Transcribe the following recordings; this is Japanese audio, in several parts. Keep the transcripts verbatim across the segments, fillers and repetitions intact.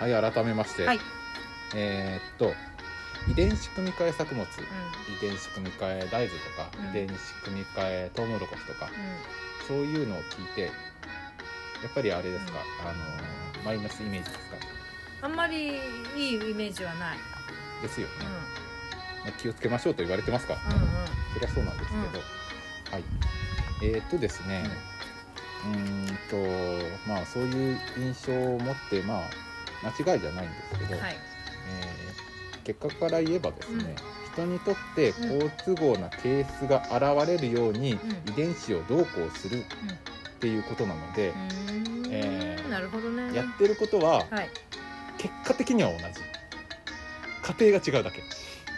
はい、改めまして、 はい、 えー、っと遺伝子組み換え作物、 うん、 遺伝子組み換え大豆とか、 うん、 遺伝子組み換えトウモロコシとか、 うん、 そういうのを聞いてやっぱりあれですか、うん、あのマイナスイメージですか？ あんまりいいイメージはないですよね、 うん、 まあ、気をつけましょうと言われてますからね、 うんうん、 そりゃそうなんですけど、うん、はい、えー、っとですね、うん、うーんとまあそういう印象を持って、まあ間違いじゃないんですけど、はい、えー、結果から言えばですね、うん、人にとって好都合なケースが現れるように遺伝子をどうこうするっていうことなので、 うん、 えー、 なるほどね、 やってることは、はい、結果的には同じ、過程が違うだけ。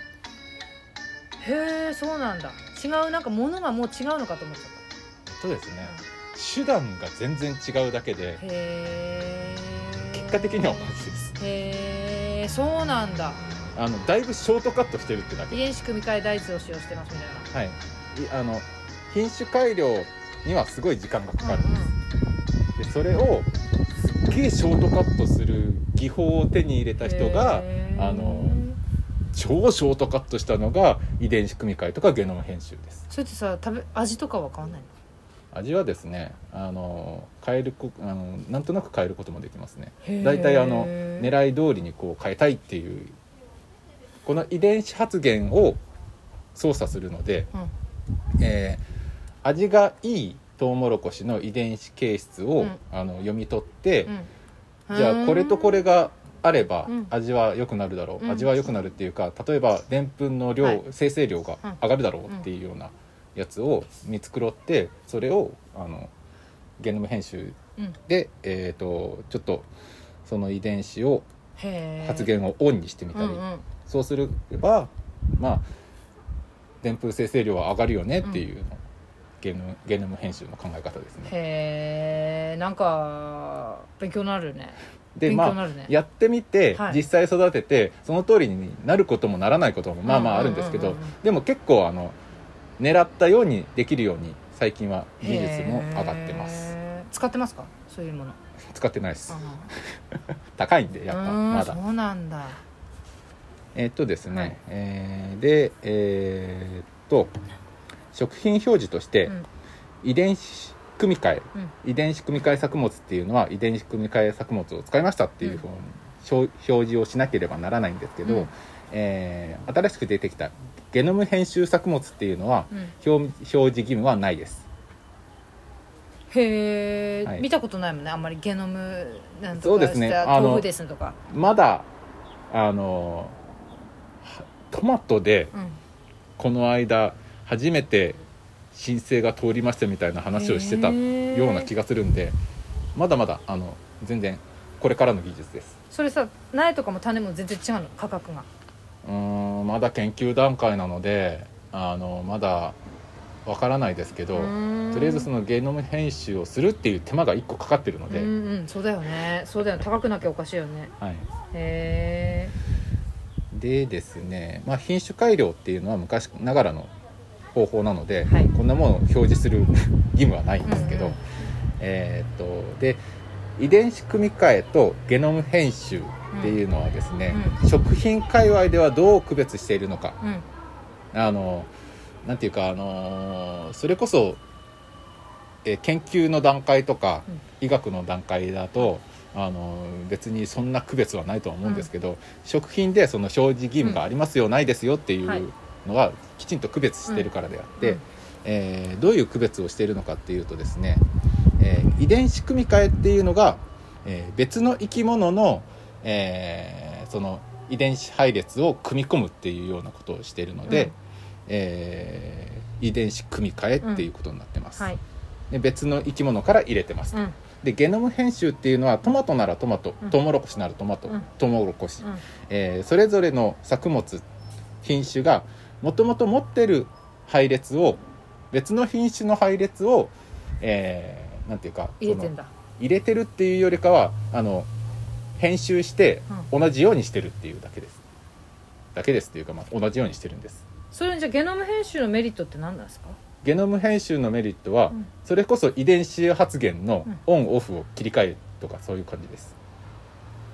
へえ、そうなんだ。違う、なんか物がもう違うのかと思っちゃった。 そうですね、うん、手段が全然違うだけで、へ結果的には同じです。 へえ、そうなんだ。 あのだいぶショートカットしてるってだけ。 遺伝子組み換え大豆を使用してますみたいな。はい。 あの品種改良にはすごい時間がかかるんです、うんうん、でそれをすっげえショートカットする技法を手に入れた人があの超ショートカットしたのが遺伝子組み換えとかゲノム編集です。 それってさ、食べ味とかは変わんないの？ 味はですね、あの変えるこあのなんとなく変えることもできますね。だいたいあの狙い通りにこう変えたいっていう、この遺伝子発現を操作するので、うん、えー、味がいいトウモロコシの遺伝子形質を、うん、あの読み取って、うん、じゃあこれとこれがあれば味は良くなるだろう、うん、味は良くなるっていうか、例えばでんぷんの量、はい、生成量が上がるだろうっていうようなやつを見繕って、それをあのゲノム編集で、うん、えーと、ちょっとその遺伝子を発現をオンにしてみたり、うんうん、そうすればまあでんぷん生成量は上がるよねっていうの、うん、ゲノム、ゲノム編集の考え方ですね。 へー、なんか勉強になるね。 で、まあ、やってみて、はい、実際育ててその通りになることもならないこともまあまああるんですけど、でも結構あの狙ったようにできるように最近は技術も上がってます。 使ってますか、そういうもの？ 使ってないです高いんでやっぱまだ。 そうなんだ。 えー、っとですね、はい、えー、でえー、っと食品表示として、うん、遺伝子組み換え、うん、遺伝子組み換え作物っていうのは遺伝子組み換え作物を使いましたっていうふうに、うん、表示をしなければならないんですけど、うん、えー、新しく出てきたゲノム編集作物っていうのは、うん、表, 表示義務はないです。 へー、はい、見たことないもんね、あんまりゲノムなんとかそうですね、 豆腐ですとか。 まだあのトマトで、うん、この間初めて申請が通りましたみたいな話をしてたような気がするんで、まだまだあの全然これからの技術です。 それさ、苗とかも種も全然違うの、価格が？ うーん、まだ研究段階なのであのまだわからないですけど、とりあえずそのゲノム編集をするっていう手間がいっこかかってるので、うん、 うん、そうだよね、そうだよね、高くなきゃおかしいよね。 はい、 へーでですね、まあ、品種改良っていうのは昔ながらの方法なので、はい、こんなものを表示する義務はないんですけど、うんうん、えー、っとで遺伝子組み換えとゲノム編集っていうのはですね、うんうん、食品界隈ではどう区別しているのか、うん、あのなんていうか、あのそれこそ、えー、研究の段階とか、うん、医学の段階だとあの別にそんな区別はないとは思うんですけど、うん、食品でその表示義務がありますよ、うん、ないですよっていうのはきちんと区別しているからであって、うん、えー、どういう区別をしているのかっていうとですね、えー、遺伝子組み換えっていうのが、えー、別の生き物の、えー、その遺伝子配列を組み込むっていうようなことをしているので、うん、えー、遺伝子組み換えっていうことになってます、うん、はい、で別の生き物から入れてます、うん、でゲノム編集っていうのはトマトならトマト、うん、トウモロコシならトマト、うん、トウモロコシ、うん、えー、それぞれの作物品種がもともと持ってる配列を別の品種の配列を、えー、なんていうか入れてんだ、 入れてるっていうよりかはあの編集して同じようにしてるっていうだけです、うん、だけですっていうか、まあ、同じようにしてるんです。 それじゃゲノム編集のメリットって何なんですか？ ゲノム編集のメリットは、うん、それこそ遺伝子発現のオンオフを切り替えるとかそういう感じです。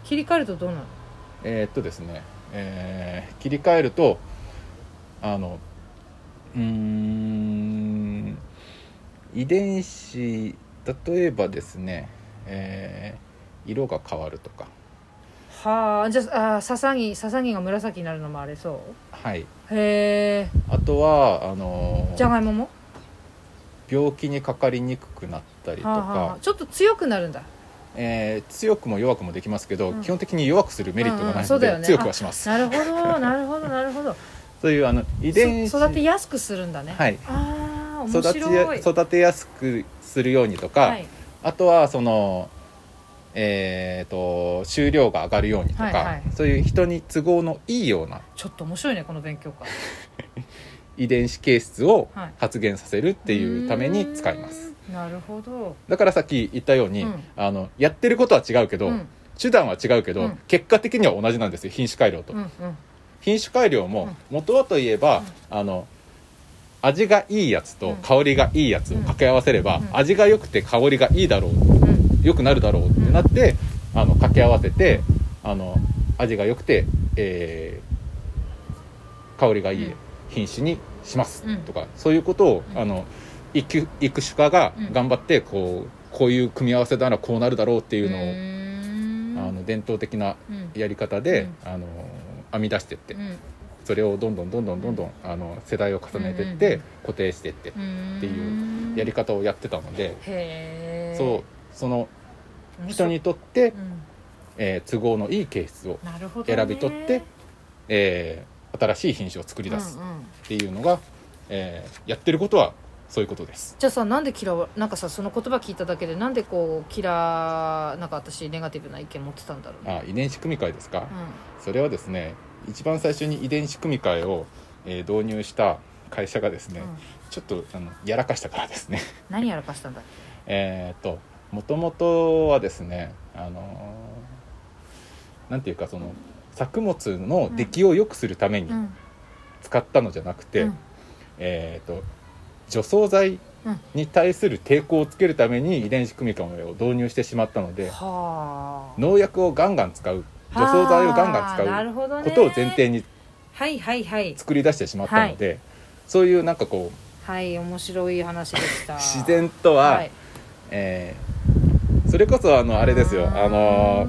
切り替えるとどうなる？ えー、っとですね、えー、切り替えるとあのうーん遺伝子例えばですね、えー、色が変わるとか。 はあ、じゃあ、あささぎささぎが紫になるのもあれそう。 はい。へえ。 あとはあのじゃがいもも病気にかかりにくくなったりとか、はあはあ、ちょっと強くなるんだ。 えー、強くも弱くもできますけど、うん、基本的に弱くするメリットがないので、うんうんね、強くはします。 なるほどなるほどなるほど。 そういうあの遺伝子育てやすくするんだね。 はい。 ああ、面白い。 育て育てやすくするようにとか、はい、あとはそのえー、と収量が上がるようにとか、はいはい、そういう人に都合のいいようなちょっと面白いねこの勉強会遺伝子形質を発現させるっていうために使います、 はい、なるほど。 だからさっき言ったように、うん、あのやってることは違うけど、うん、手段は違うけど、うん、結果的には同じなんですよ。品種改良と、うんうん、品種改良も元はといえば、うん、あの味がいいやつと香りがいいやつを掛け合わせれば、うん、味が良くて香りがいいだろう、うん良くなるだろうってなって、うん、あの掛け合わせてあの味が良くて、えー、香りがいい品種にしますとか、うん、そういうことを、うん、あの育育種家が頑張ってこう、こういう組み合わせならこうなるだろうっていうのを、あの伝統的なやり方で、うん、あの編み出してって、うん、それをどんどんどんどんどんどんあの世代を重ねてって、うん、固定してってっていうやり方をやってたので、 へー、 そうその人にとって、うんえー、都合のいい形質を選び取って、えー、新しい品種を作り出すっていうのが、うんうんえー、やってることはそういうことです。 じゃあさ、なんで嫌わなんかさその言葉聞いただけでなんでこう嫌なんか私ネガティブな意見持ってたんだろう、ね、 あ遺伝子組み換えですか、うん、それはですね一番最初に遺伝子組み換えを、えー、導入した会社がですね、うん、ちょっとあのやらかしたからですね何やらかしたんだっけえっともともとはですねあのなんていうかその作物の出来を良くするために使ったのじゃなくて、うん、えー、と除草剤に対する抵抗をつけるために遺伝子組み換えを導入してしまったので、はあ、農薬をガンガン使う除草剤をガンガン使うことを前提に作り出してしまったので、はいはいはい、そういうなんかこうはい面白い話でした自然とは、はいえー、それこそあのあれですよあの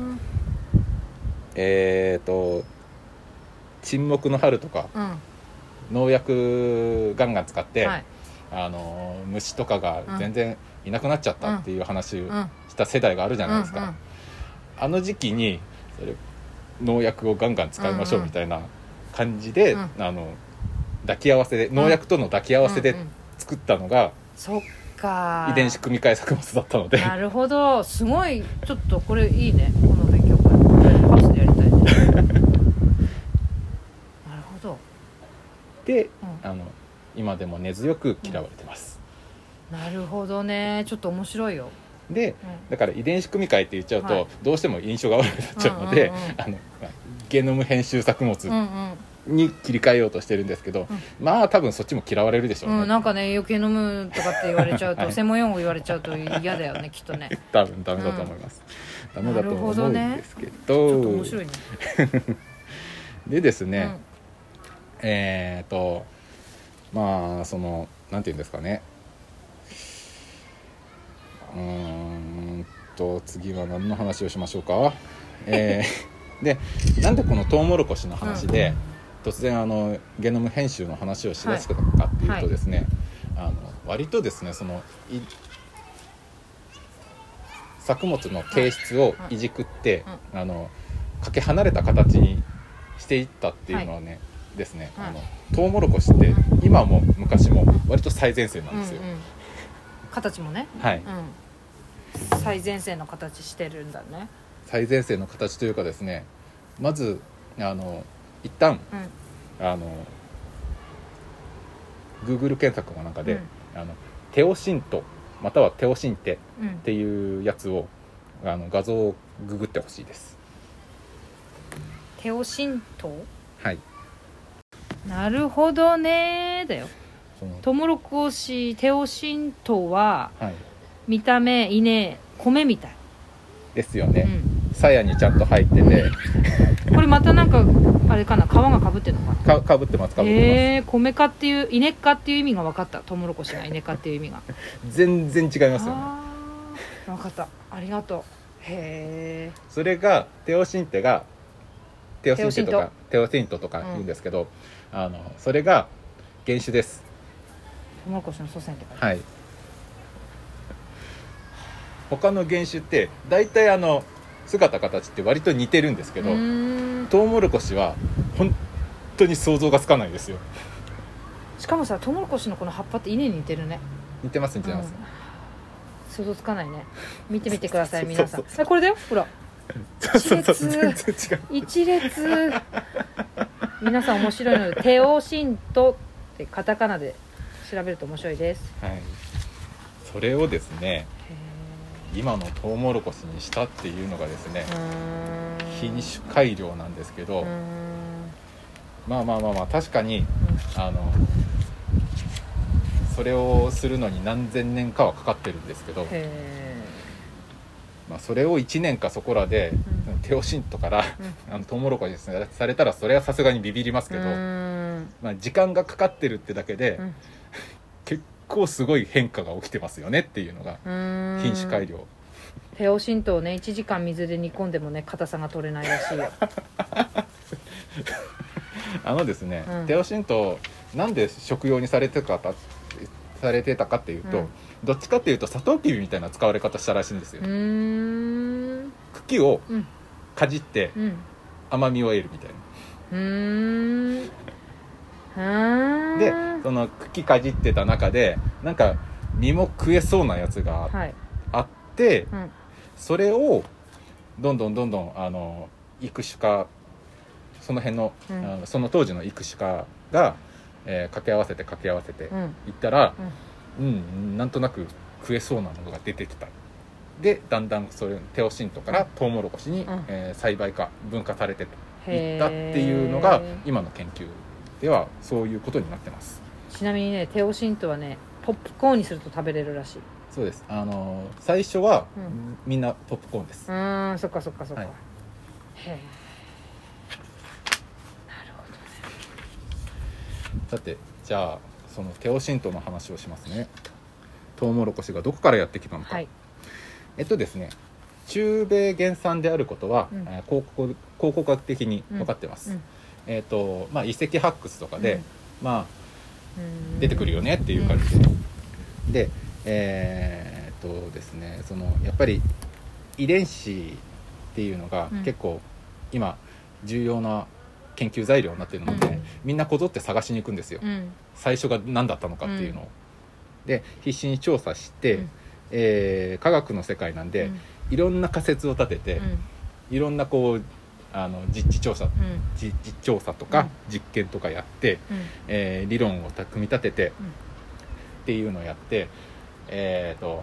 えーと沈黙の春とか、うん、農薬ガンガン使って、はい、あの虫とかが全然いなくなっちゃったっていう話をした世代があるじゃないですか、うんうん、あの時期にそれ農薬をガンガン使いましょうみたいな感じで、うんうん、あの抱き合わせで農薬との抱き合わせで作ったのが、 そっか遺伝子組み換え作物だったのでなるほどすごいちょっとこれいいねこの勉強会ハウスでやりたいねなるほどで、うん、あの今でも根強く嫌われてます、 うん、なるほどねちょっと面白いよで、うん、だから遺伝子組み換えって言っちゃうと、はい、どうしても印象が悪くなっちゃうので、うんうんうん、あのゲノム編集作物に切り替えようとしてるんですけど、うん、まあ多分そっちも嫌われるでしょうね、 うん、なんかね余計飲むとかって言われちゃうと、はい、専門用語言われちゃうと嫌だよねきっとね多分ダメだと思います、うん、ダメだと思うんですけど、 ね、ちょっと面白いねでですね、うん、えーとまあそのなんていうんですかねうーんと次は何の話をしましょうか、えー、でなんでこのトウモロコシの話で、うん、突然あのゲノム編集の話をしだすかっていうとですね、はいはい、あの割とですねその作物の形質をいじくって、はいはい、あのかけ離れた形にしていったっていうのはね、はい、ですね、はい、あのトウモロコシって今も昔も割と最前線なんですよ、うんうん、 形もね、 はい、 うん、最前線の形してるんだね。 最前線の形というかですねまずあの一旦、うん、あの Google 検索の中で、うん、あのテオシントまたはテオシンテっていうやつを、うん、あの画像をググってほしいです。 テオシント？ はい。 なるほどねだよ。トウモロコシテオシントは、はい、見た目稲米みたいですよね、 鞘にちゃんと入っててこれまたなんかあれかな、皮がかぶってるのかな。 かかぶってますかぶってます、 えー、米化っていう稲化っていう意味が分かった。トウモロコシが稲化っていう意味が全然違いますよね。 あ分かった、ありがとう。へえ。 それがテオシンテがテオシンテとかテオシントとか言うんですけど、うん、あのそれが原種です。 トウモロコシの祖先って書いてある。 はい。他の原種って大体あの姿形って割と似てるんですけど、トウモロコシは本当に想像がつかないですよ。 しかもさ、トウモロコシのこの葉っぱって稲に似てるね。 似てます似てます、 うん、想像つかないね。見てみてください皆さん。えこれだよ、ほら一列一列皆さん面白いのでテオシントってカタカナで調べると面白いです。 はい。それをですね今のトウモロコシにしたっていうのがですね品種改良なんですけど、まあまあまあまあ確かに、うん、あのそれをするのに何千年かはかかってるんですけど、まあ、それをいちねんかそこらで、うん、テオシントから、うん、あのトウモロコシにされたらそれはさすがにビビりますけど、まあ、時間がかかってるってだけで、うん、結構すごい変化が起きてますよねっていうのが品種改良。 テオシントをねいちじかん水で煮込んでもね硬さが取れないらしいよあのですね、うん、テオシントなんで食用にされてたかされてたかっていうと、うん、どっちかっていうとサトウキビみたいな使われ方したらしいんですよ。うーん茎をかじって甘みを得るみたいな、うん、うーんでその茎かじってた中でなんか実も食えそうなやつがあって、はい、うん、それをどんどんどんどんあの育種家その辺の、うん、あのその当時の育種家が、えー、掛け合わせて掛け合わせていったら、うんうん、なんとなく食えそうなのが出てきた。でだんだんそれテオシントからトウモロコシに、うん、えー、栽培化分化されていったっていうのが今の研究ではそういうことになってます。 ちなみにねテオシントはねポップコーンにすると食べれるらしい。 そうです。あの最初は、うん、みんなポップコーンです。 うーん、そっかそっかそっか、はい、へえ、なるほどね。 さてじゃあそのテオシントの話をしますね。トウモロコシがどこからやってきたのか、はい、えっとですね中米原産であることは、うん、考古考古学的に分かってます、うんうん、えっとまあ遺跡発掘とかで、うん、まあ出てくるよねっていう感じで、うん、でえー、っとですねそのやっぱり遺伝子っていうのが結構今重要な研究材料になっているので、うん、みんなこぞって探しに行くんですよ、うん、最初が何だったのかっていうのを、うん、で必死に調査して、うん、えー、科学の世界なんで、うん、いろんな仮説を立てて、うん、いろんなこうあの実地調査、うん、実地調査とか実験とかやって、うん、えー、理論を組み立てて、うん、っていうのをやってえーと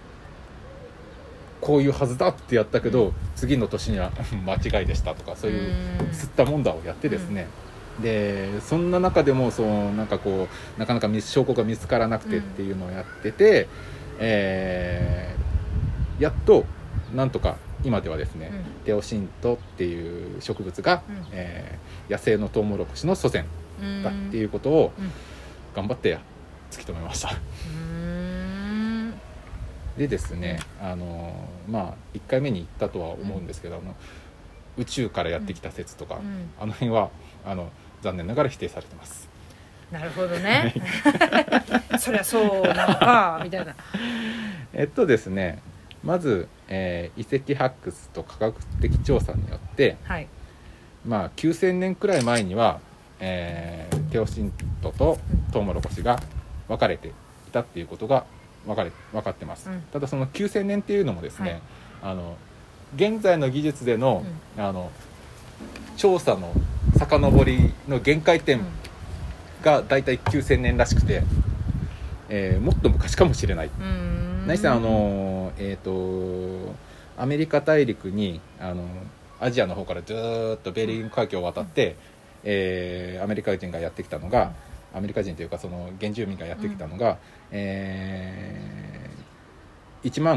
こういうはずだってやったけど、うん、次の年には間違いでしたとかそういう吸ったもんだをやってですね、うん、でそんな中でもそうなんかこうなかなか証拠が見つからなくてっていうのをやってて、うん、えー、やっとなんとか今ではですね、うん、テオシントっていう植物が、うん、えー、野生のトウモロコシの祖先だっていうことを頑張って突き止めました。でですね、あのまあいっかいめに言ったとは思うんですけど、うん、あの宇宙からやってきた説とか、うん、あの辺はあの残念ながら否定されてます。 なるほどねそりゃそうなのかみたいなえっとですねまず、えー、遺跡発掘と科学的調査によって、はい、まあきゅうせんねんくらい前には、えー、テオシントとトウモロコシが分かれていたっていうことが分かれ分かってます、うん、ただそのきゅうせんねんっていうのもですね、はい、あの現在の技術での、うん、あの調査の遡りの限界点がだいたいきゅうせんねんらしくて、えー、もっと昔かもしれない。何せあの、えーと、アメリカ大陸にあのアジアの方からずっとベーリング海峡を渡って、うん、えー、アメリカ人がやってきたのが、アメリカ人というかその原住民がやってきたのが、うん、えー、いちまん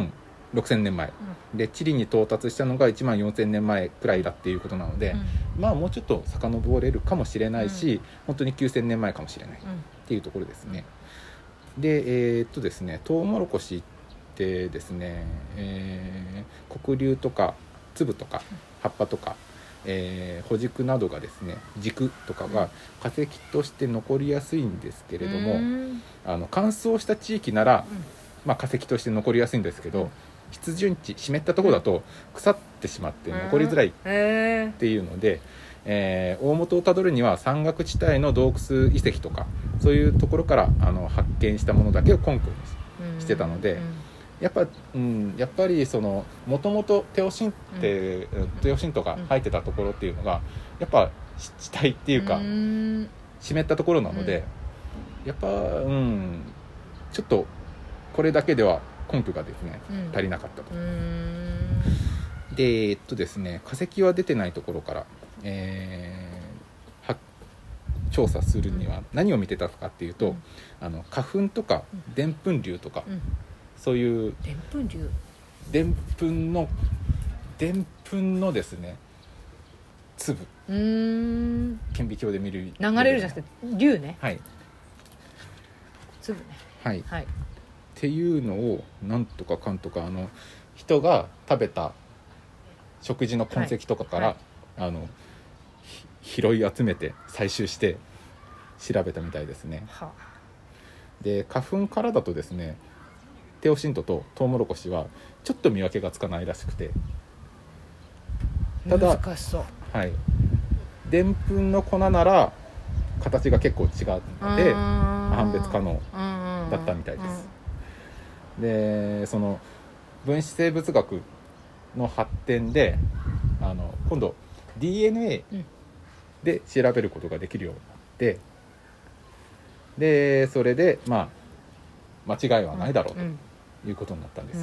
ろくせんねんまえ、うん、で地理に到達したのがいちまんよんせんねんまえくらいだっていうことなので、うん、まあもうちょっと遡れるかもしれないし、うん、本当にきゅうせんねんまえかもしれないっていうところですね、うん、でえー、っとですねトウモロコシってですね、えー、黒粒とか粒とか葉っぱとか、えー、穂軸などがですね軸とかが化石として残りやすいんですけれども、うん、あの乾燥した地域なら、うんまあ、化石として残りやすいんですけど、うん、湿潤地湿ったところだと腐ってしまって残りづらいっていうので、えー、大元をたどるには山岳地帯の洞窟遺跡とかそういうところからあの発見したものだけを根拠にしてたので、うん、やっぱ、うん、やっぱりそのもともとテオシンって、うん、テオシントが生えてたところっていうのがやっぱ地帯っていうか、うん、湿ったところなので、うん、やっぱ、うん、ちょっとこれだけでは根拠がですね、うん、足りなかったと。うーんでえっとですね化石は出てないところから、えー、調査するには何を見てたかっていうと、うん、あの花粉とかでんぷん粒とか、うん、そういうでんぷん粒でんぷんのでんぷんのですね粒うーん顕微鏡で見る流れるじゃなくて粒ねはい粒ねはい、はいっていうのをなんとかかんとかあの人が食べた食事の痕跡とかから、はいはい、あの拾い集めて採集して調べたみたいですね、はあ、で花粉からだとですねテオシントとトウモロコシはちょっと見分けがつかないらしくてただ難しそう、 はい、でんぷんの粉なら形が結構違うので判別可能だったみたいです。でその分子生物学の発展であの今度 ディーエヌエー で調べることができるようになって、でそれでまあ間違いはないだろうということになったんですよ、うん、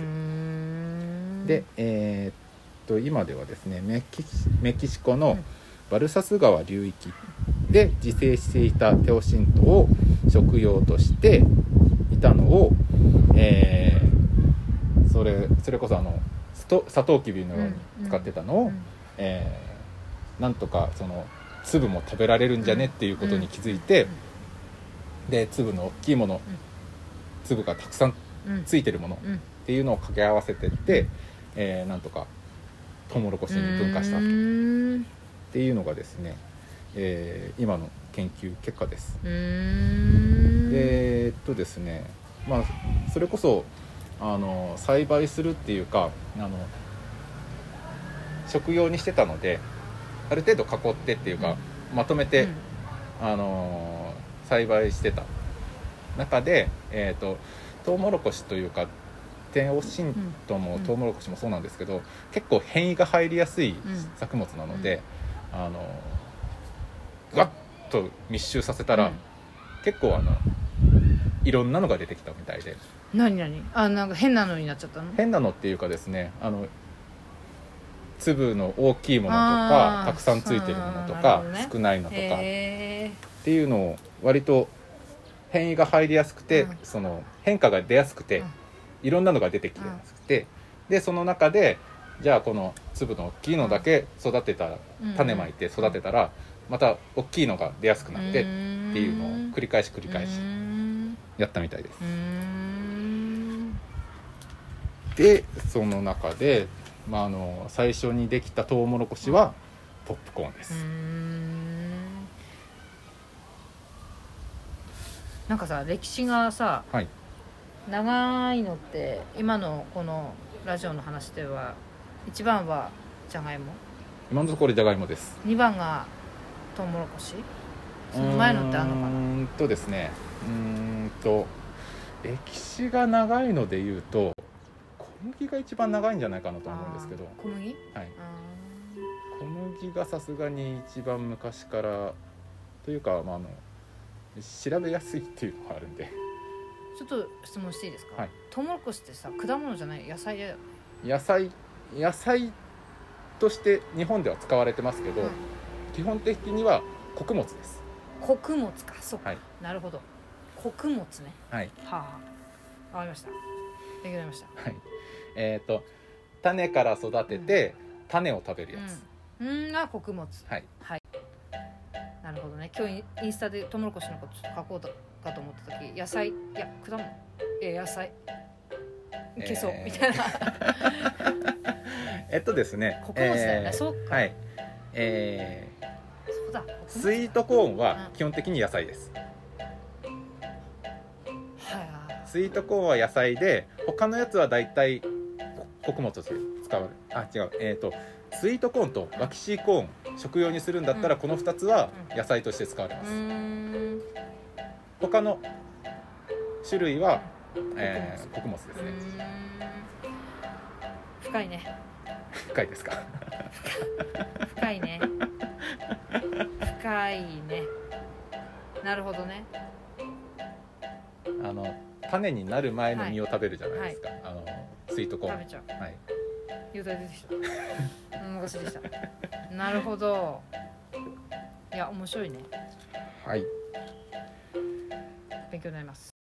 で、えー、っと今ではですねメキシ、メキシコのバルサス川流域で自生していたテオシントを食用としていたのを、えーそれ、それこそあのサトウキビのように使ってたのを、うんうんえー、なんとかその粒も食べられるんじゃねっていうことに気づいて、うん、で粒の大きいもの、うん、粒がたくさんついてるものっていうのを掛け合わせてって、うんえー、なんとかトウモロコシに分化したっていうのがですね、えー、今の研究結果です。でえー、っとですねまあそれこそあの栽培するっていうかあの食用にしてたのである程度囲ってっていうか、うん、まとめて、うん、あの栽培してた中で、えーと、トウモロコシというかテオシントもトウモロコシもそうなんですけど、うん、結構変異が入りやすい作物なので、うん、あのガッと密集させたら、うん、結構あのいろんなのが出てきたみたいで。 何何あなんか変なのになっちゃったの？ 変なのっていうかですねあの粒の大きいものとかたくさんついてるものとか、ね、少ないのとかっていうのを割と変異が入りやすくて、うん、その変化が出やすくて、うん、いろんなのが出てきやすくて、うん、でその中でじゃあこの粒の大きいのだけ育てたら、うん、種まいて育てたらまた大きいのが出やすくなってっていうのを繰り返し繰り返しやったみたいです。でその中で、まあ、あの最初にできたトウモロコシはポップコーンです。うーんなんかさ歴史がさ、はい、長いのって今のこのラジオの話ではいちばんはじゃがいも今のところじゃがいもです。 にばんがトウモロコシその前のってあるのかな。うーんとですねうーんと歴史が長いのでいうと小麦が一番長いんじゃないかなと思うんですけど。 小麦？ はい。小麦がさすがに一番昔からというか、まあ、あの調べやすいっていうのがあるんで。 ちょっと質問していいですか？はい。トウモロコシってさ果物じゃない野菜だよね。 野菜野菜として日本では使われてますけど、うん、基本的には穀物です。 穀物かそうか、はい、なるほど穀物ね。 はい。 はあ、わかりました。勉強になりました。 はい。 えっ、ー、と種から育てて、うん、種を食べるやつ、 うん、うんが穀物。 はい、 はい、なるほどね。今日インスタでトウモロコシのことちょっと書こうかと思った時、野菜、いや果物、え野菜消そう、えー、みたいなえっとですね、 穀物だよね、えー、そうか、 はい、えー、そうだ、 スイートコーンは基本的に野菜です、 うん、はスイートコーンは野菜で、他のやつはだいたい穀物として使われる。あ、違う、えっとスイートコーンとワキシーコーン、食用にするんだったら、このふたつは野菜として使われます、うん、他の種類は、えー、穀物ですね。 深いね。 深いですか深いね深いね。なるほどね。 あの種になる前の実を食べるじゃないですか、はい、あのスイートコーン食べちゃう。 はい、 雄大出てきた昔でしたなるほど。いや面白いね。 はい、 勉強になります。